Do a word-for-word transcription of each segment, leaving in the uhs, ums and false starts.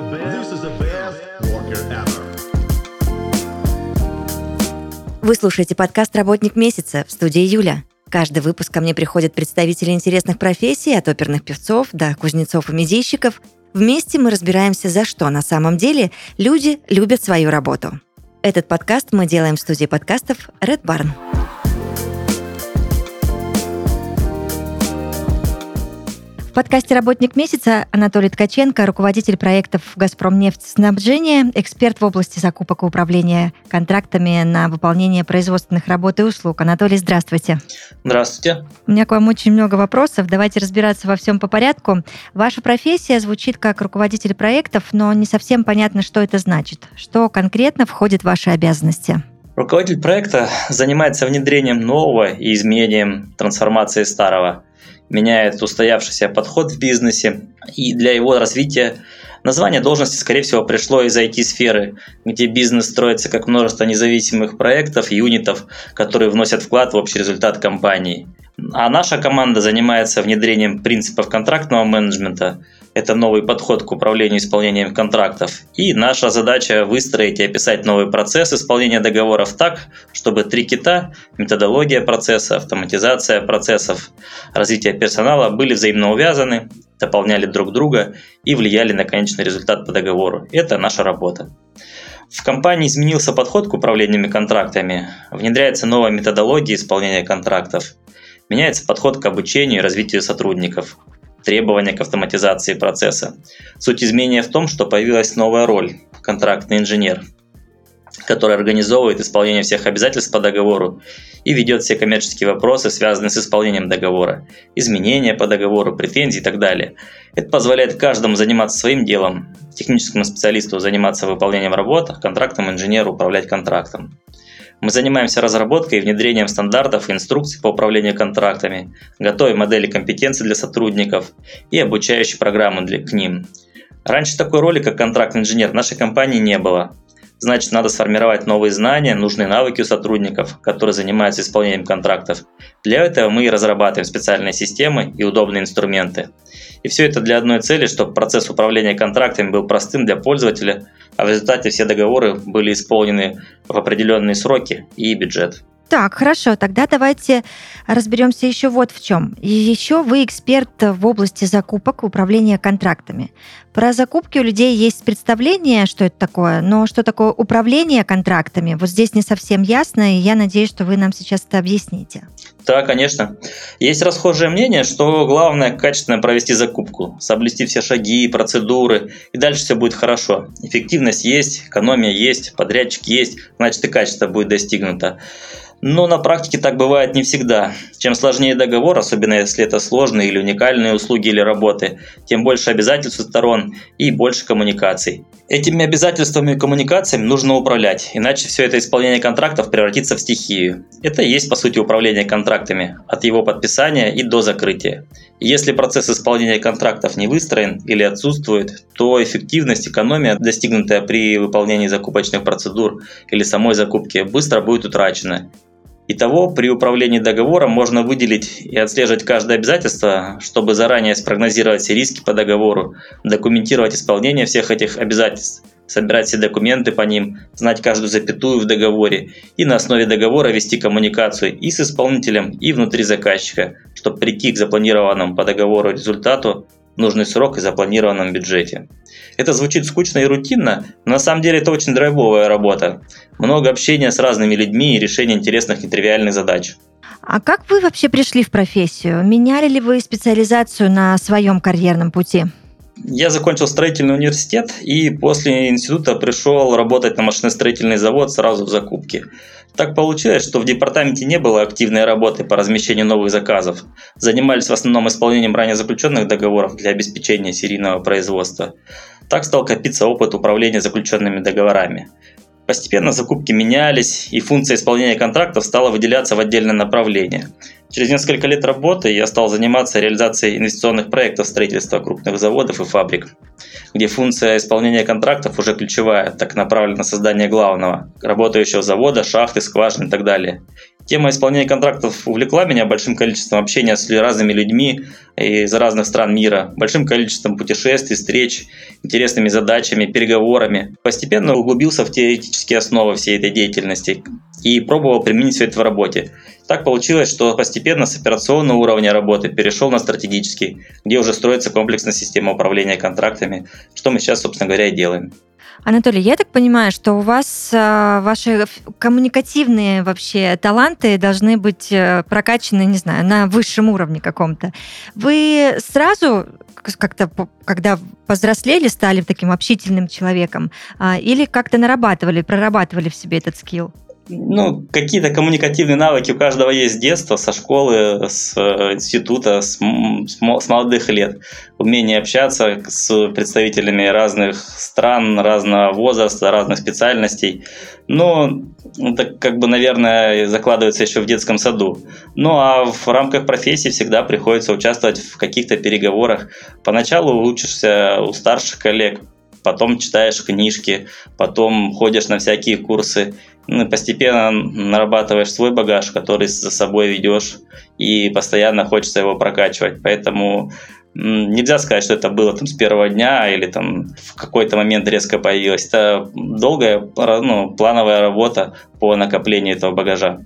This is the best worker ever. Вы слушаете подкаст «Работник месяца» в студии Юля. Каждый выпуск ко мне приходят представители интересных профессий, от оперных певцов до кузнецов и медийщиков. Вместе мы разбираемся, за что на самом деле люди любят свою работу. Этот подкаст мы делаем в студии подкастов Red Barn. В подкасте «Работник месяца» Анатолий Ткаченко, руководитель проектов «Газпромнефть-снабжение», эксперт в области закупок и управления контрактами на выполнение производственных работ и услуг. Анатолий, здравствуйте. Здравствуйте. У меня к вам очень много вопросов. Давайте разбираться во всем по порядку. Ваша профессия звучит как руководитель проектов, но не совсем понятно, что это значит. Что конкретно входит в ваши обязанности? Руководитель проекта занимается внедрением нового и изменением трансформации старого. Меняет устоявшийся подход в бизнесе, и для его развития название должности, скорее всего, пришло из ай ти-сферы, где бизнес строится как множество независимых проектов, юнитов, которые вносят вклад в общий результат компании. А наша команда занимается внедрением принципов контрактного менеджмента. Это новый подход к управлению исполнением контрактов. И наша задача выстроить и описать новый процесс исполнения договоров так, чтобы три кита – методология процесса, автоматизация процессов, развитие персонала – были взаимно увязаны, дополняли друг друга и влияли на конечный результат по договору. Это наша работа. В компании изменился подход к управлению контрактами, внедряется новая методология исполнения контрактов, меняется подход к обучению и развитию сотрудников, требования к автоматизации процесса. Суть изменения в том, что появилась новая роль – контрактный инженер, который организовывает исполнение всех обязательств по договору и ведет все коммерческие вопросы, связанные с исполнением договора, изменения по договору, претензии и так далее. Это позволяет каждому заниматься своим делом, техническому специалисту заниматься выполнением работ, а контрактному инженеру управлять контрактом. Мы занимаемся разработкой и внедрением стандартов и инструкций по управлению контрактами, готовим модели компетенций для сотрудников и обучающие программы для, к ним. Раньше такой роли, как контрактный инженер, в нашей компании не было. Значит, надо сформировать новые знания, нужные навыки у сотрудников, которые занимаются исполнением контрактов. Для этого мы и разрабатываем специальные системы и удобные инструменты. И все это для одной цели, чтобы процесс управления контрактами был простым для пользователя, а в результате все договоры были исполнены в определенные сроки и бюджет. Так, хорошо, тогда давайте разберемся еще вот в чем. И еще вы эксперт в области закупок и управления контрактами. Про закупки у людей есть представление, что это такое, но что такое управление контрактами, вот здесь не совсем ясно, и я надеюсь, что вы нам сейчас это объясните. Да, конечно. Есть расхожее мнение, что главное качественно провести закупку, соблюсти все шаги, процедуры, и дальше все будет хорошо. Эффективность есть, экономия есть, подрядчик есть, значит и качество будет достигнуто. Но на практике так бывает не всегда. Чем сложнее договор, особенно если это сложные или уникальные услуги или работы, тем больше обязательств у сторон и больше коммуникаций. Этими обязательствами и коммуникациями нужно управлять, иначе все это исполнение контрактов превратится в стихию. Это и есть по сути управление контрактами, от его подписания и до закрытия. И если процесс исполнения контрактов не выстроен или отсутствует, то эффективность, экономия, достигнутая при выполнении закупочных процедур или самой закупки, быстро будет утрачена. Итого, при управлении договором можно выделить и отслеживать каждое обязательство, чтобы заранее спрогнозировать все риски по договору, документировать исполнение всех этих обязательств, собирать все документы по ним, знать каждую запятую в договоре и на основе договора вести коммуникацию и с исполнителем, и внутри заказчика, чтобы прийти к запланированному по договору результату в нужный срок и запланированном бюджете. Это звучит скучно и рутинно, но на самом деле это очень драйвовая работа. Много общения с разными людьми и решения интересных нетривиальных задач. А как вы вообще пришли в профессию? Меняли ли вы специализацию на своем карьерном пути? Я закончил строительный университет и после института пришел работать на машиностроительный завод сразу в закупке. Так получилось, что в департаменте не было активной работы по размещению новых заказов. Занимались в основном исполнением ранее заключенных договоров для обеспечения серийного производства. Так стал копиться опыт управления заключенными договорами. Постепенно закупки менялись, и функция исполнения контрактов стала выделяться в отдельное направление. Через несколько лет работы я стал заниматься реализацией инвестиционных проектов строительства крупных заводов и фабрик, где функция исполнения контрактов уже ключевая, так направлена на создание главного, работающего завода, шахты, скважин и так далее. Тема исполнения контрактов увлекла меня большим количеством общения с разными людьми из разных стран мира, большим количеством путешествий, встреч, интересными задачами, переговорами. Постепенно углубился в теоретические основы всей этой деятельности и пробовал применить все это в работе. Так получилось, что постепенно с операционного уровня работы перешел на стратегический, где уже строится комплексная система управления контрактами, что мы сейчас, собственно говоря, и делаем. Анатолий, я так понимаю, что у вас а, ваши коммуникативные вообще таланты должны быть прокачаны, не знаю, на высшем уровне каком-то. Вы сразу как-то, когда повзрослели, стали таким общительным человеком, а, или как-то нарабатывали, прорабатывали в себе этот скилл? Ну, какие-то коммуникативные навыки у каждого есть с детства, со школы, с института, с, с молодых лет. Умение общаться с представителями разных стран, разного возраста, разных специальностей. Но это, как бы, наверное, закладывается еще в детском саду. Ну, а в рамках профессии всегда приходится участвовать в каких-то переговорах. Поначалу учишься у старших коллег, потом читаешь книжки, потом ходишь на всякие курсы. Ну, постепенно нарабатываешь свой багаж, который за собой ведешь, и постоянно хочется его прокачивать. Поэтому нельзя сказать, что это было там с первого дня или там в какой-то момент резко появилось. Это долгая, ну, плановая работа по накоплению этого багажа.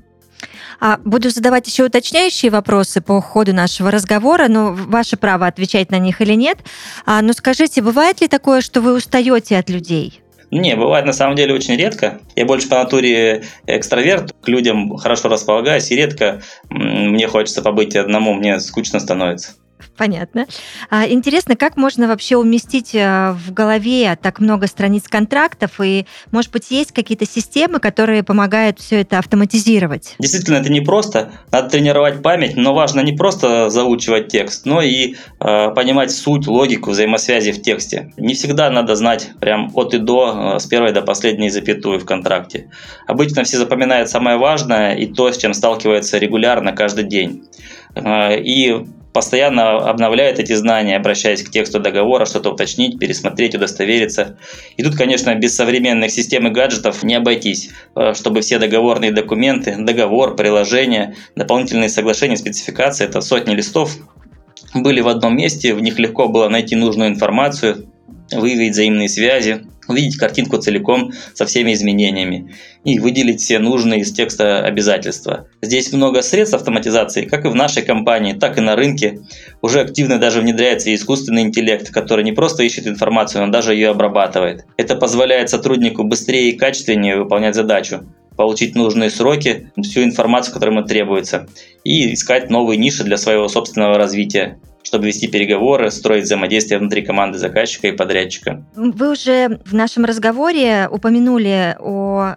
А буду задавать еще уточняющие вопросы по ходу нашего разговора, но ваше право отвечать на них или нет. А, но скажите, бывает ли такое, что вы устаете от людей? Не, бывает на самом деле очень редко. Я больше по натуре экстраверт, к людям хорошо располагаюсь, и редко мне хочется побыть одному, мне скучно становится. Понятно. Интересно, как можно вообще уместить в голове так много страниц контрактов, и, может быть, есть какие-то системы, которые помогают все это автоматизировать? Действительно, это непросто. Надо тренировать память, но важно не просто заучивать текст, но и э, понимать суть, логику, взаимосвязи в тексте. Не всегда надо знать прям от и до, с первой до последней запятой в контракте. Обычно все запоминают самое важное и то, с чем сталкиваются регулярно каждый день. Э, и постоянно обновляет эти знания, обращаясь к тексту договора, что-то уточнить, пересмотреть, удостовериться. И тут, конечно, без современных систем и гаджетов не обойтись, чтобы все договорные документы, договор, приложения, дополнительные соглашения, спецификации, это сотни листов, были в одном месте, в них легко было найти нужную информацию, выявить взаимные связи, увидеть картинку целиком со всеми изменениями и выделить все нужные из текста обязательства. Здесь много средств автоматизации, как и в нашей компании, так и на рынке. Уже активно даже внедряется искусственный интеллект, который не просто ищет информацию, но даже ее обрабатывает. Это позволяет сотруднику быстрее и качественнее выполнять задачу, получить нужные сроки, всю информацию, которая ему требуется, и искать новые ниши для своего собственного развития, чтобы вести переговоры, строить взаимодействие внутри команды заказчика и подрядчика. Вы уже в нашем разговоре упомянули о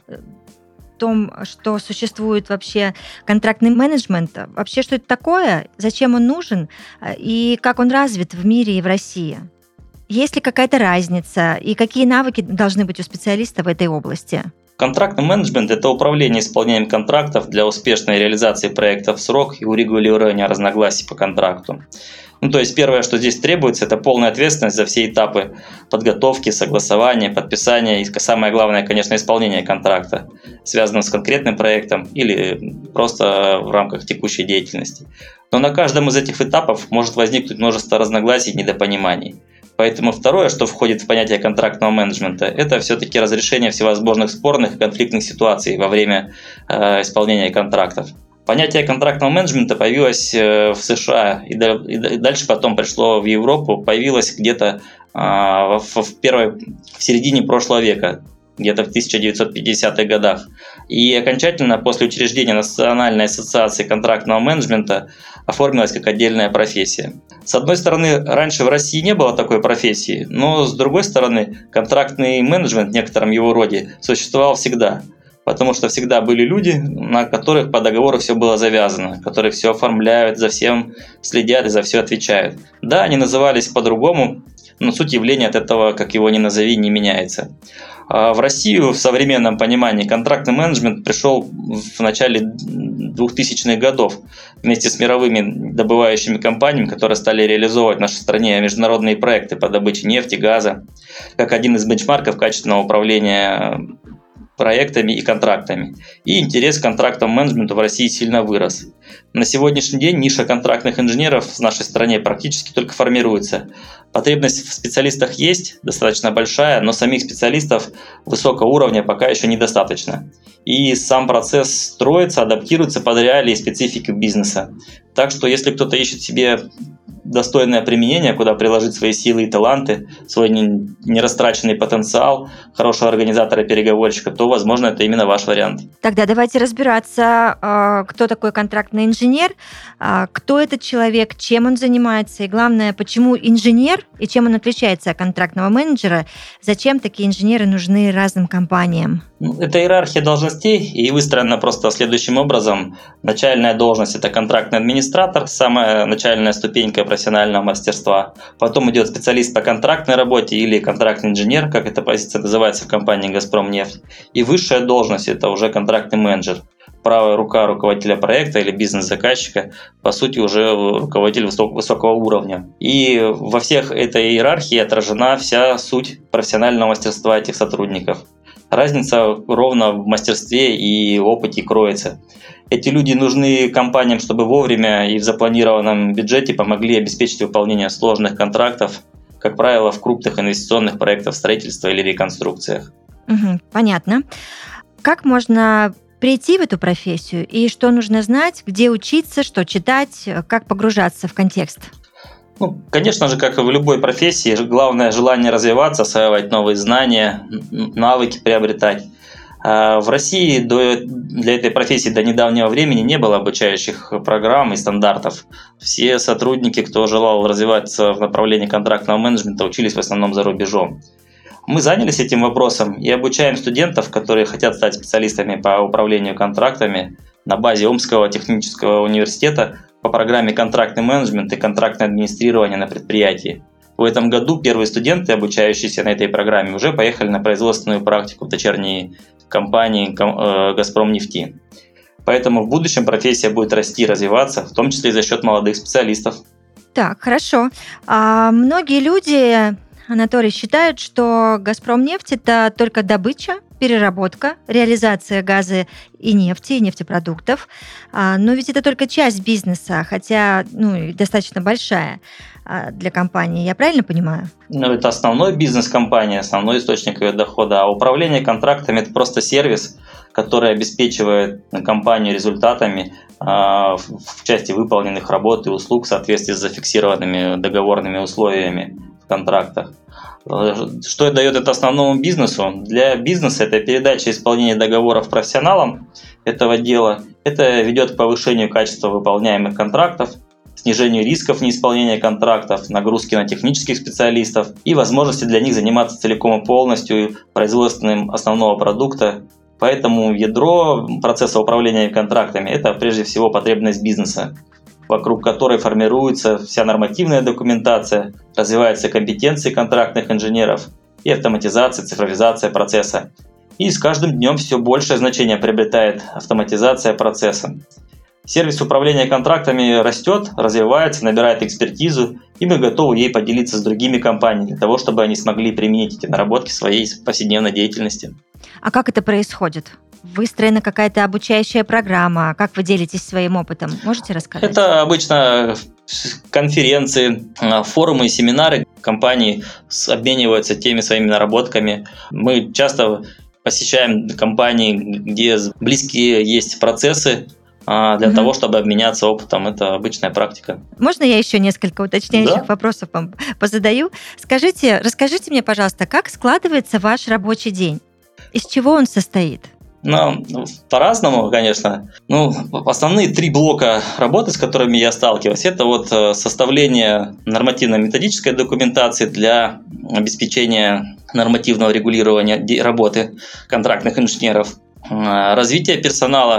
том, что существует вообще контрактный менеджмент. Вообще, что это такое, зачем он нужен и как он развит в мире и в России? Есть ли какая-то разница и какие навыки должны быть у специалиста в этой области? Контрактный менеджмент – это управление исполнением контрактов для успешной реализации проекта в срок и урегулирования разногласий по контракту. Ну, то есть первое, что здесь требуется, это полная ответственность за все этапы подготовки, согласования, подписания и, самое главное, конечно, исполнения контракта, связанного с конкретным проектом или просто в рамках текущей деятельности. Но на каждом из этих этапов может возникнуть множество разногласий и недопониманий. Поэтому второе, что входит в понятие контрактного менеджмента, это все-таки разрешение всевозможных спорных и конфликтных ситуаций во время э, исполнения контрактов. Понятие контрактного менеджмента появилось в США и дальше потом пришло в Европу, появилось где-то в, первой, в середине прошлого века, где-то в тысяча девятьсот пятидесятых годах. И окончательно после учреждения Национальной ассоциации контрактного менеджмента оформилась как отдельная профессия. С одной стороны, раньше в России не было такой профессии, но с другой стороны, контрактный менеджмент в некотором его роде существовал всегда. Потому что всегда были люди, на которых по договору все было завязано, которые все оформляют, за всем следят и за все отвечают. Да, они назывались по-другому, но суть явления от этого, как его ни назови, не меняется. А в Россию в современном понимании контрактный менеджмент пришел в начале двухтысячных годов вместе с мировыми добывающими компаниями, которые стали реализовывать в нашей стране международные проекты по добыче нефти, газа, как один из бенчмарков качественного управления проектами и контрактами. И интерес к контрактному менеджменту в России сильно вырос. На сегодняшний день ниша контрактных инженеров в нашей стране практически только формируется. Потребность в специалистах есть, достаточно большая, но самих специалистов высокого уровня пока еще недостаточно. И сам процесс строится, адаптируется под реалии и специфику бизнеса. Так что если кто-то ищет себе достойное применение, куда приложить свои силы и таланты, свой нерастраченный потенциал хорошего организатора и переговорщика, то, возможно, это именно ваш вариант. Тогда давайте разбираться, кто такой контрактный инженер, кто этот человек, чем он занимается, и главное, почему инженер и чем он отличается от контрактного менеджера, зачем такие инженеры нужны разным компаниям. Это иерархия должностей и выстроена просто следующим образом. Начальная должность – это контрактный администратор, самая начальная ступенька профессионального мастерства. Потом идет специалист по контрактной работе или контрактный инженер, как эта позиция называется в компании «Газпромнефть». И высшая должность – это уже контрактный менеджер. Правая рука руководителя проекта или бизнес-заказчика, по сути, уже руководитель высокого уровня. И во всех этой иерархии отражена вся суть профессионального мастерства этих сотрудников. Разница ровно в мастерстве и опыте кроется. Эти люди нужны компаниям, чтобы вовремя и в запланированном бюджете помогли обеспечить выполнение сложных контрактов, как правило, в крупных инвестиционных проектах строительства или реконструкциях. Угу, понятно. Как можно прийти в эту профессию и что нужно знать, где учиться, что читать, как погружаться в контекст? Ну, конечно же, как и в любой профессии, главное желание развиваться, осваивать новые знания, навыки приобретать. В России до, для этой профессии до недавнего времени не было обучающих программ и стандартов. Все сотрудники, кто желал развиваться в направлении контрактного менеджмента, учились в основном за рубежом. Мы занялись этим вопросом и обучаем студентов, которые хотят стать специалистами по управлению контрактами на базе Омского технического университета по программе «Контрактный менеджмент и контрактное администрирование на предприятии». В этом году первые студенты, обучающиеся на этой программе, уже поехали на производственную практику в дочерней компании «Газпромнефти». Поэтому в будущем профессия будет расти и развиваться, в том числе и за счет молодых специалистов. Так, хорошо. А многие люди, Анатолий, считают, что «Газпромнефть» – это только добыча, переработка, реализация газа и нефти, и нефтепродуктов. Но ведь это только часть бизнеса, хотя ну, достаточно большая для компании. Я правильно понимаю? Ну, это основной бизнес компании, основной источник ее дохода. А управление контрактами – это просто сервис, который обеспечивает компанию результатами в части выполненных работ и услуг в соответствии с зафиксированными договорными условиями в контрактах. Что дает это основному бизнесу? Для бизнеса это передача исполнения договоров профессионалам этого дела. Это ведет к повышению качества выполняемых контрактов, снижению рисков неисполнения контрактов, нагрузки на технических специалистов и возможности для них заниматься целиком и полностью производством основного продукта. Поэтому ядро процесса управления контрактами – это прежде всего потребность бизнеса, вокруг которой формируется вся нормативная документация, развиваются компетенции контрактных инженеров и автоматизация, цифровизация процесса. И с каждым днем все большее значение приобретает автоматизация процесса. Сервис управления контрактами растет, развивается, набирает экспертизу, и мы готовы ей поделиться с другими компаниями для того, чтобы они смогли применить эти наработки в своей повседневной деятельности. А как это происходит? Выстроена какая-то обучающая программа? Как вы делитесь своим опытом? Можете рассказать? Это обычно конференции, форумы и семинары. Компании обмениваются теми своими наработками. Мы часто посещаем компании, где близкие есть процессы, для угу. того, чтобы обменяться опытом. Это обычная практика. Можно я еще несколько уточняющих да? вопросов вам позадаю? Скажите, расскажите мне, пожалуйста, как складывается ваш рабочий день? Из чего он состоит? Ну, по-разному, конечно. Ну, основные три блока работы, с которыми я сталкиваюсь, это вот составление нормативно-методической документации для обеспечения нормативного регулирования работы контрактных инженеров, развитие персонала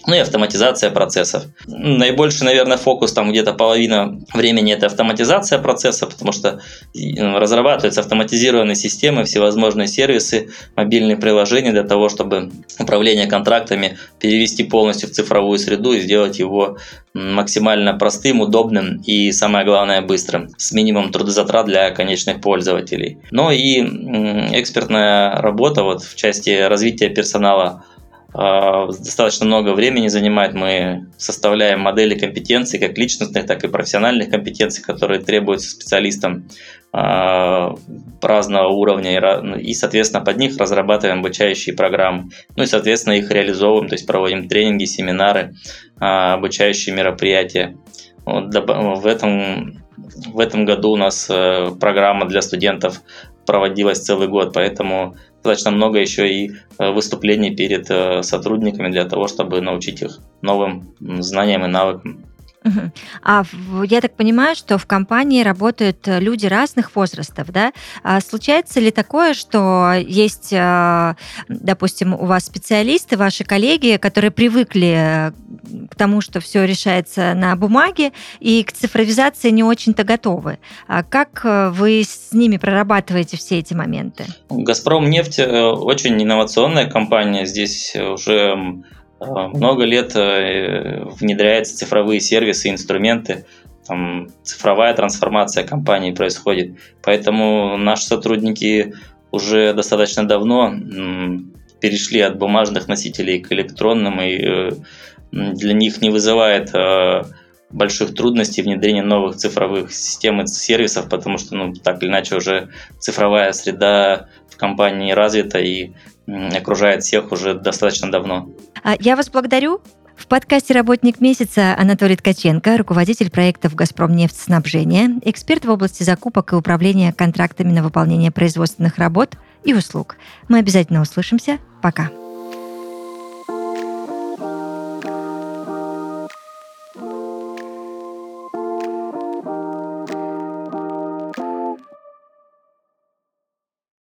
Ну и автоматизация процессов. Наибольший, наверное, фокус, там где-то половина времени – это автоматизация процесса, потому что разрабатываются автоматизированные системы, всевозможные сервисы, мобильные приложения для того, чтобы управление контрактами перевести полностью в цифровую среду и сделать его максимально простым, удобным и, самое главное, быстрым, с минимумом трудозатрат для конечных пользователей. Но и экспертная работа вот в части развития персонала достаточно много времени занимает. Мы составляем модели компетенций, как личностных, так и профессиональных компетенций, которые требуются специалистам разного уровня, и, соответственно, под них разрабатываем обучающие программы. Ну и, соответственно, их реализовываем, то есть проводим тренинги, семинары, обучающие мероприятия. Вот в этом, в этом году у нас программа для студентов проводилась целый год, поэтому достаточно много еще и выступлений перед сотрудниками для того, чтобы научить их новым знаниям и навыкам. Угу. А я так понимаю, что в компании работают люди разных возрастов, да? А случается ли такое, что есть, допустим, у вас специалисты, ваши коллеги, которые привыкли к тому, что все решается на бумаге, и к цифровизации не очень-то готовы? А как вы с ними прорабатываете все эти моменты? «Газпромнефть» очень инновационная компания. Здесь уже много лет внедряются цифровые сервисы, инструменты, там цифровая трансформация компании происходит. Поэтому наши сотрудники уже достаточно давно перешли от бумажных носителей к электронным, и для них не вызывает больших трудностей внедрение новых цифровых систем и сервисов, потому что, ну, так или иначе, уже цифровая среда в компании развита и окружает всех уже достаточно давно. Я вас благодарю. В подкасте «Работник месяца» Анатолий Ткаченко, руководитель проектов «Газпромнефть-снабжение», эксперт в области закупок и управления контрактами на выполнение производственных работ и услуг. Мы обязательно услышимся. Пока.